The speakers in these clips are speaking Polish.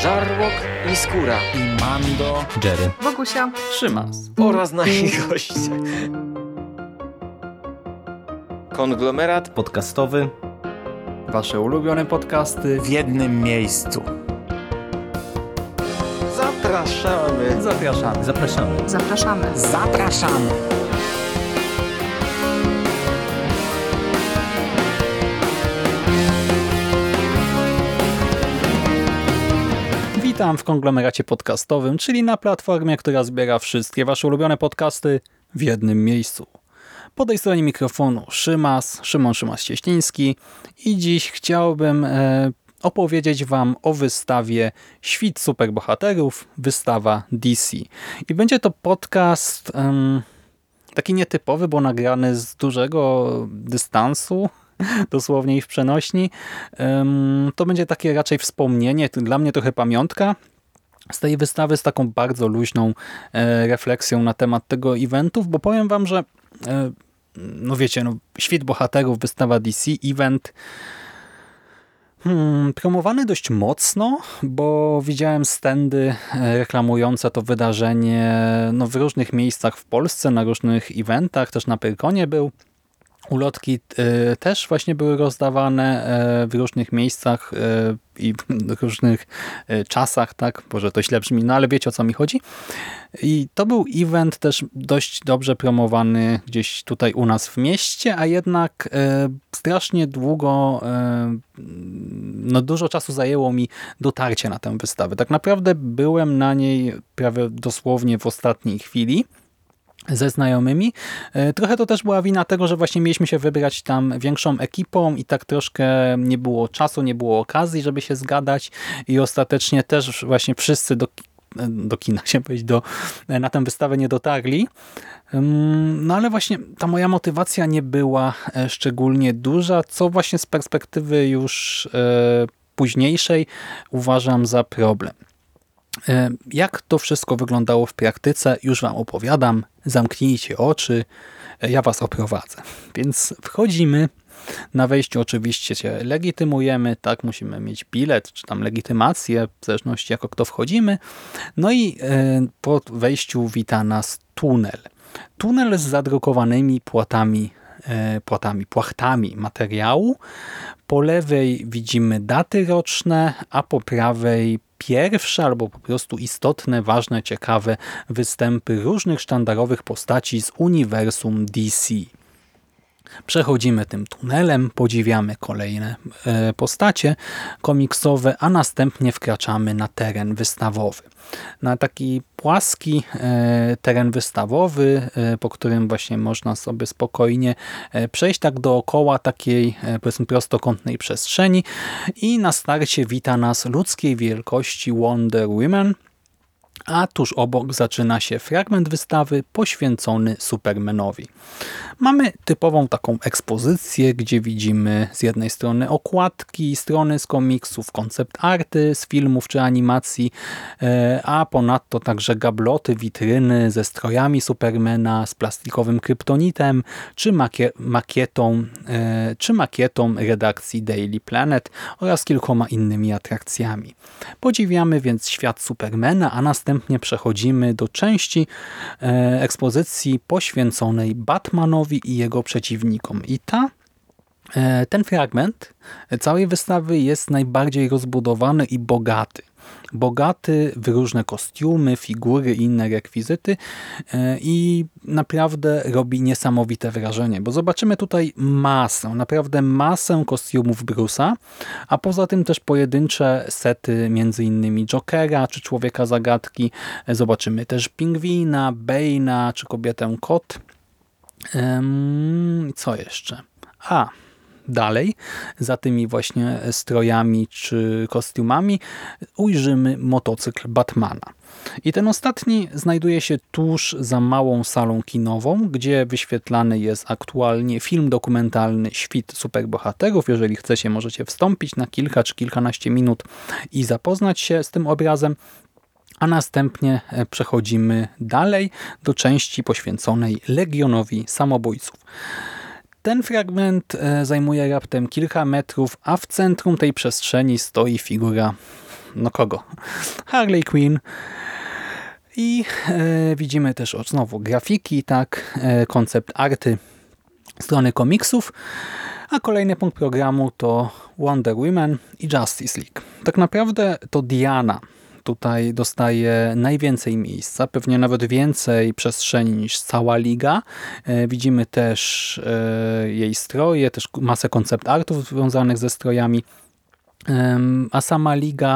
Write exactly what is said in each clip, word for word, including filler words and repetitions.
Żarłok i Skóra i Mando, Jerry, Wokusia, Szymas oraz nasi goście. Konglomerat podcastowy. Wasze ulubione podcasty w jednym miejscu. Zapraszamy. Zapraszamy. Zapraszamy. zapraszamy. Zapraszamy. Witam w konglomeracie podcastowym, czyli na platformie, która zbiera wszystkie wasze ulubione podcasty w jednym miejscu. Po tej stronie mikrofonu Szymas, Szymon Szymas-Cieśliński i dziś chciałbym e, opowiedzieć wam o wystawie Świt Superbohaterów, wystawa D C. I będzie to podcast um, taki nietypowy, bo nagrany z dużego dystansu, dosłownie i w przenośni. Um, to będzie takie raczej wspomnienie, dla mnie trochę pamiątka z tej wystawy, z taką bardzo luźną e, refleksją na temat tego eventów, bo powiem wam, że e, no wiecie, no, Świt Bohaterów, wystawa D C, event Hmm, promowany dość mocno, bo widziałem standy reklamujące to wydarzenie no, w różnych miejscach w Polsce, na różnych eventach, też na Pyrkonie był. Ulotki y, też właśnie były rozdawane y, w różnych miejscach y, i w różnych y, czasach, tak? Boże, to źle brzmi, no ale wiecie, o co mi chodzi. I to był event też dość dobrze promowany gdzieś tutaj u nas w mieście, a jednak y, strasznie długo, y, no dużo czasu zajęło mi dotarcie na tę wystawę. Tak naprawdę byłem na niej prawie dosłownie w ostatniej chwili ze znajomymi. Trochę to też była wina tego, że właśnie mieliśmy się wybrać tam większą ekipą i tak troszkę nie było czasu, nie było okazji, żeby się zgadać i ostatecznie też właśnie wszyscy do, do kina, się powiedzieć, do, na tę wystawę nie dotarli. No ale właśnie ta moja motywacja nie była szczególnie duża, co właśnie z perspektywy już późniejszej uważam za problem. Jak to wszystko wyglądało w praktyce, już wam opowiadam. Zamknijcie oczy, ja was oprowadzę. Więc wchodzimy. Na wejściu oczywiście się legitymujemy, tak, musimy mieć bilet, czy tam legitymację, w zależności jako kto wchodzimy. No i po wejściu wita nas tunel. Tunel z zadrukowanymi płatami, płatami, płachtami materiału. Po lewej widzimy daty roczne, a po prawej pierwsze albo po prostu istotne, ważne, ciekawe występy różnych sztandarowych postaci z uniwersum D C. Przechodzimy tym tunelem, podziwiamy kolejne e, postacie komiksowe, a następnie wkraczamy na teren wystawowy. Na taki płaski e, teren wystawowy, e, po którym właśnie można sobie spokojnie e, przejść tak dookoła takiej e, powiedzmy prostokątnej przestrzeni i na starcie wita nas ludzkiej wielkości Wonder Woman, a tuż obok zaczyna się fragment wystawy poświęcony Supermanowi. Mamy typową taką ekspozycję, gdzie widzimy z jednej strony okładki, strony z komiksów, koncept arty z filmów czy animacji, a ponadto także gabloty, witryny ze strojami Supermana, z plastikowym kryptonitem, czy makie- makietą, czy makietą redakcji Daily Planet oraz kilkoma innymi atrakcjami. Podziwiamy więc świat Supermana, a następnie przechodzimy do części e, ekspozycji poświęconej Batmanowi i jego przeciwnikom. I ta, e, ten fragment całej wystawy jest najbardziej rozbudowany i bogaty. Bogaty w różne kostiumy, figury i inne rekwizyty e, i naprawdę robi niesamowite wrażenie, bo zobaczymy tutaj masę, naprawdę masę kostiumów Bruce'a, a poza tym też pojedyncze sety między innymi Jokera czy Człowieka Zagadki. Zobaczymy też Pingwina, Bane'a czy Kobietę Kot. Ehm, co jeszcze? A... Dalej, za tymi właśnie strojami czy kostiumami ujrzymy motocykl Batmana. I ten ostatni znajduje się tuż za małą salą kinową, gdzie wyświetlany jest aktualnie film dokumentalny Świt Superbohaterów. Jeżeli chcecie, możecie wstąpić na kilka czy kilkanaście minut i zapoznać się z tym obrazem. A następnie przechodzimy dalej do części poświęconej Legionowi Samobójców. Ten fragment zajmuje raptem kilka metrów, a w centrum tej przestrzeni stoi figura no kogo? Harley Quinn. I e, widzimy też o, znowu grafiki, tak, e, koncept arty strony komiksów, a kolejny punkt programu to Wonder Woman i Justice League. Tak naprawdę to Diana tutaj dostaje najwięcej miejsca, pewnie nawet więcej przestrzeni niż cała liga. E, widzimy też e, jej stroje, też masę koncept artów związanych ze strojami, e, a sama liga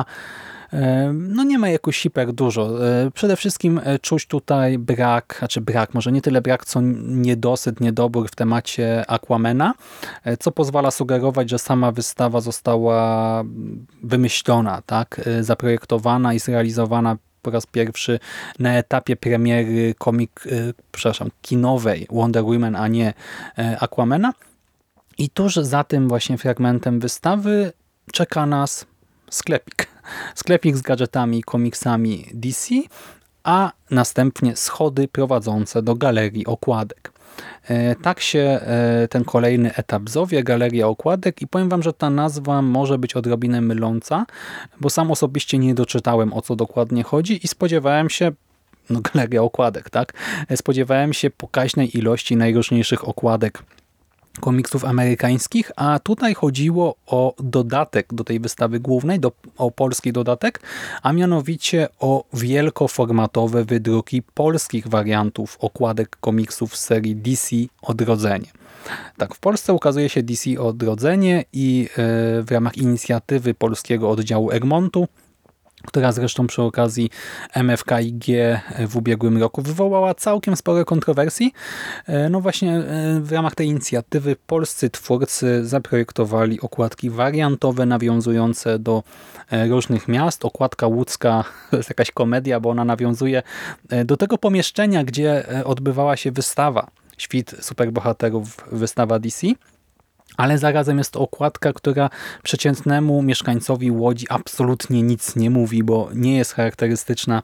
no nie ma jakoś hiper dużo. Przede wszystkim czuć tutaj brak, znaczy brak, może nie tyle brak, co niedosyt, niedobór w temacie Aquamana, co pozwala sugerować, że sama wystawa została wymyślona, tak, zaprojektowana i zrealizowana po raz pierwszy na etapie premiery komik, przepraszam, kinowej Wonder Woman, a nie Aquamana. I tuż za tym właśnie fragmentem wystawy czeka nas sklepik. Sklepik z gadżetami, komiksami D C, a następnie schody prowadzące do galerii okładek. Tak się ten kolejny etap zowie, Galeria Okładek, i powiem wam, że ta nazwa może być odrobinę myląca, bo sam osobiście nie doczytałem, o co dokładnie chodzi i spodziewałem się, no Galeria Okładek, tak? Spodziewałem się pokaźnej ilości najróżniejszych okładek komiksów amerykańskich, a tutaj chodziło o dodatek do tej wystawy głównej, do, o polski dodatek, a mianowicie o wielkoformatowe wydruki polskich wariantów okładek komiksów z serii D C Odrodzenie. Tak, w Polsce ukazuje się D C Odrodzenie i yy, w ramach inicjatywy polskiego oddziału Egmontu, która zresztą przy okazji M F K I G w ubiegłym roku wywołała całkiem spore kontrowersji. No właśnie w ramach tej inicjatywy polscy twórcy zaprojektowali okładki wariantowe nawiązujące do różnych miast. Okładka łódzka to jest jakaś komedia, bo ona nawiązuje do tego pomieszczenia, gdzie odbywała się wystawa Świt Superbohaterów, wystawa D C. Ale zarazem jest to okładka, która przeciętnemu mieszkańcowi Łodzi absolutnie nic nie mówi, bo nie jest charakterystyczna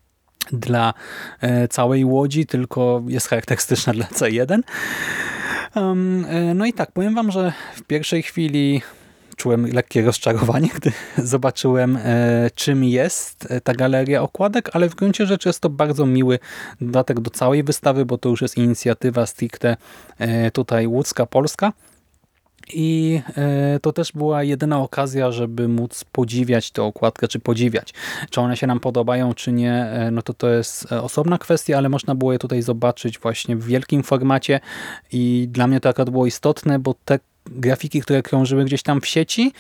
dla całej Łodzi, tylko jest charakterystyczna dla C jeden. No i tak, powiem wam, że w pierwszej chwili czułem lekkie rozczarowanie, gdy zobaczyłem, czym jest ta galeria okładek, ale w gruncie rzeczy jest to bardzo miły dodatek do całej wystawy, bo to już jest inicjatywa stricte tutaj łódzka, polska. I to też była jedyna okazja, żeby móc podziwiać tę okładkę, czy podziwiać. Czy one się nam podobają, czy nie, no to to jest osobna kwestia, ale można było je tutaj zobaczyć właśnie w wielkim formacie i dla mnie to akurat było istotne, bo te grafiki, które krążyły gdzieś tam w sieci,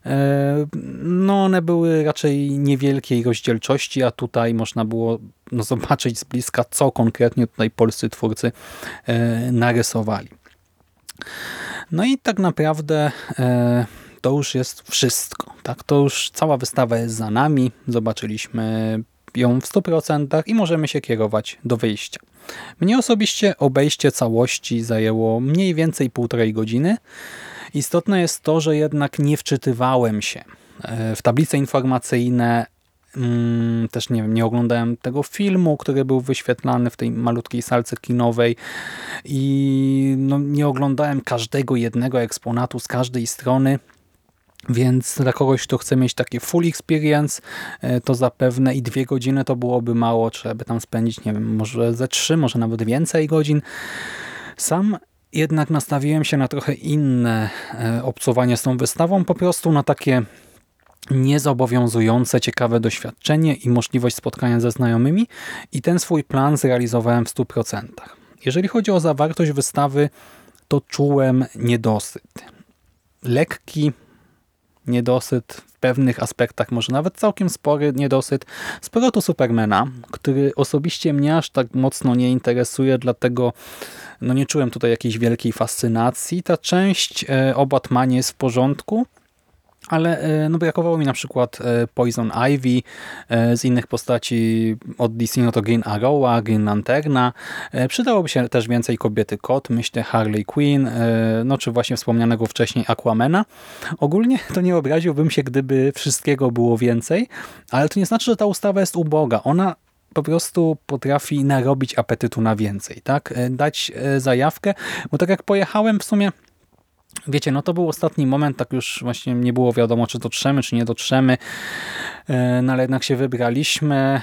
no one były raczej niewielkiej rozdzielczości, a tutaj można było no, zobaczyć z bliska, co konkretnie tutaj polscy twórcy narysowali. No i tak naprawdę e, to już jest wszystko. Tak? To już cała wystawa jest za nami. Zobaczyliśmy ją w stu procentach i możemy się kierować do wyjścia. Mnie osobiście obejście całości zajęło mniej więcej półtorej godziny. Istotne jest to, że jednak nie wczytywałem się w tablice informacyjne. Też nie wiem, nie oglądałem tego filmu, który był wyświetlany w tej malutkiej salce kinowej i no, nie oglądałem każdego jednego eksponatu z każdej strony, więc dla kogoś, kto chce mieć takie full experience, to zapewne i dwie godziny to byłoby mało, trzeba by tam spędzić, nie wiem, może ze trzy, może nawet więcej godzin. Sam jednak nastawiłem się na trochę inne obcowanie z tą wystawą, po prostu na takie niezobowiązujące, ciekawe doświadczenie i możliwość spotkania ze znajomymi i ten swój plan zrealizowałem w stu procentach. Jeżeli chodzi o zawartość wystawy, to czułem niedosyt. Lekki niedosyt, w pewnych aspektach może nawet całkiem spory niedosyt z powrotu Supermana, który osobiście mnie aż tak mocno nie interesuje, dlatego no nie czułem tutaj jakiejś wielkiej fascynacji. Ta część o Batmanie jest w porządku, ale no, brakowało mi na przykład Poison Ivy, z innych postaci od D C, no to Green Arrowa, Green Lanterna. Przydałoby się też więcej Kobiety Kot, myślę Harley Quinn, no czy właśnie wspomnianego wcześniej Aquamana. Ogólnie to nie obraziłbym się, gdyby wszystkiego było więcej, ale to nie znaczy, że ta ustawa jest uboga. Ona po prostu potrafi narobić apetytu na więcej, tak? Dać zajawkę, bo tak jak pojechałem w sumie, wiecie, no to był ostatni moment, tak już właśnie nie było wiadomo, czy dotrzemy, czy nie dotrzemy. no ale jednak się wybraliśmy.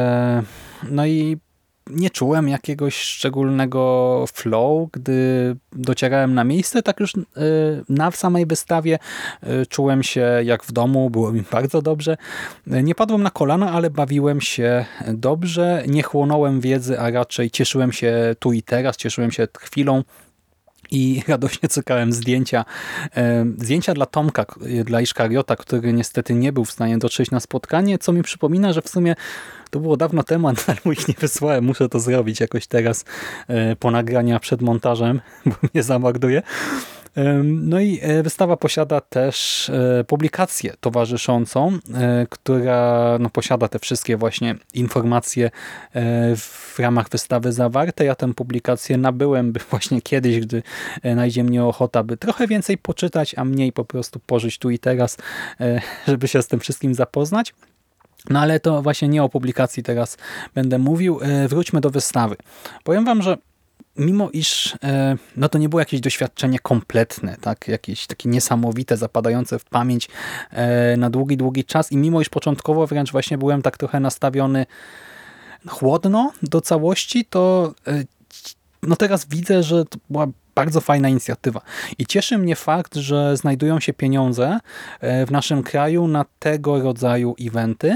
No i nie czułem jakiegoś szczególnego flow, gdy docierałem na miejsce, tak już na samej wystawie czułem się jak w domu, było mi bardzo dobrze. Nie padłem na kolana, ale bawiłem się dobrze, nie chłonąłem wiedzy, a raczej cieszyłem się tu i teraz, cieszyłem się chwilą i radośnie cykałem zdjęcia. Zdjęcia dla Tomka, dla Iszkariota, który niestety nie był w stanie dotrzeć na spotkanie, co mi przypomina, że w sumie to było dawno temu, ale mu ich nie wysłałem. Muszę to zrobić jakoś teraz po nagraniu przed montażem, bo mnie zamorduje. No i wystawa posiada też publikację towarzyszącą, która no, posiada te wszystkie właśnie informacje w ramach wystawy zawarte. Ja tę publikację nabyłem, by właśnie kiedyś, gdy najdzie mnie ochota, by trochę więcej poczytać, a mniej po prostu pożyć tu i teraz, żeby się z tym wszystkim zapoznać. No ale to właśnie nie o publikacji teraz będę mówił. Wróćmy do wystawy. Powiem wam, że mimo iż no to nie było jakieś doświadczenie kompletne, tak, jakieś takie niesamowite, zapadające w pamięć na długi, długi czas i mimo iż początkowo wręcz właśnie byłem tak trochę nastawiony chłodno do całości, to no teraz widzę, że to była bardzo fajna inicjatywa. I cieszy mnie fakt, że znajdują się pieniądze w naszym kraju na tego rodzaju eventy.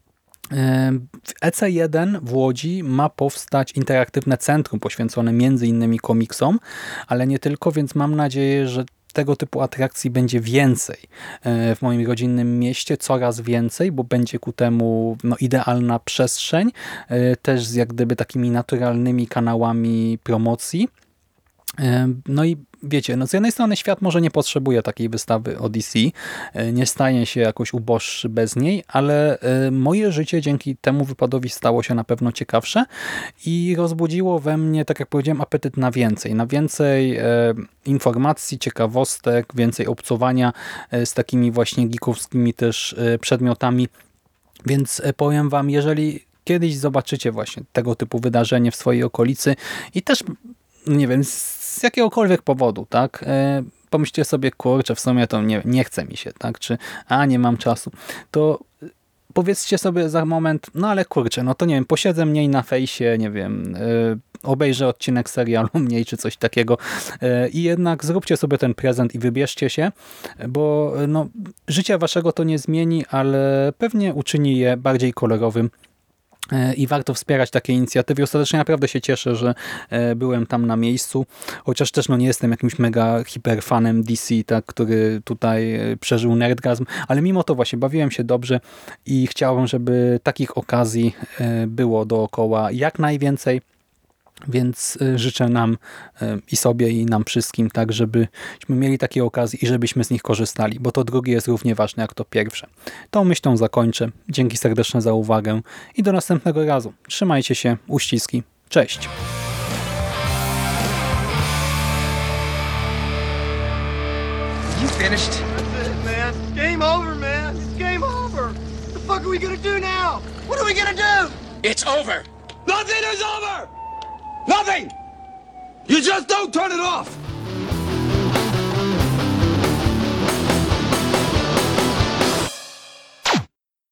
W E C jeden w Łodzi ma powstać interaktywne centrum poświęcone między innymi komiksom, ale nie tylko, więc mam nadzieję, że tego typu atrakcji będzie więcej w moim rodzinnym mieście, coraz więcej, bo będzie ku temu no, idealna przestrzeń, też z jak gdyby takimi naturalnymi kanałami promocji. No i wiecie, no z jednej strony świat może nie potrzebuje takiej wystawy o D C, nie stanie się jakoś uboższy bez niej, ale moje życie dzięki temu wypadowi stało się na pewno ciekawsze i rozbudziło we mnie, tak jak powiedziałem, apetyt na więcej, na więcej informacji, ciekawostek, więcej obcowania z takimi właśnie geekowskimi też przedmiotami, więc powiem wam, jeżeli kiedyś zobaczycie właśnie tego typu wydarzenie w swojej okolicy i też nie wiem, z jakiegokolwiek powodu, tak? Pomyślcie sobie, kurczę, w sumie to nie, nie chce mi się, tak? Czy a, nie mam czasu. To powiedzcie sobie za moment, no ale kurczę, no to nie wiem, posiedzę mniej na fejsie, nie wiem, obejrzę odcinek serialu mniej, czy coś takiego i jednak zróbcie sobie ten prezent i wybierzcie się, bo no, życia waszego to nie zmieni, ale pewnie uczyni je bardziej kolorowym i warto wspierać takie inicjatywy. Ostatecznie naprawdę się cieszę, że byłem tam na miejscu, chociaż też no, nie jestem jakimś mega hiperfanem D C, tak, który tutaj przeżył nerdgazm, ale mimo to właśnie bawiłem się dobrze i chciałem, żeby takich okazji było dookoła jak najwięcej. Więc życzę nam i sobie, i nam wszystkim tak, żebyśmy mieli takie okazje i żebyśmy z nich korzystali, bo to drugie jest równie ważne jak to pierwsze. Tą myślą zakończę. Dzięki serdeczne za uwagę i do następnego razu. Trzymajcie się, uściski. Cześć! You finished? That's it, man. Game over, man. It's game over. What the fuck are we gonna do now? What are we gonna do? It's over! Nothing is over! Nothing! You just don't turn it off!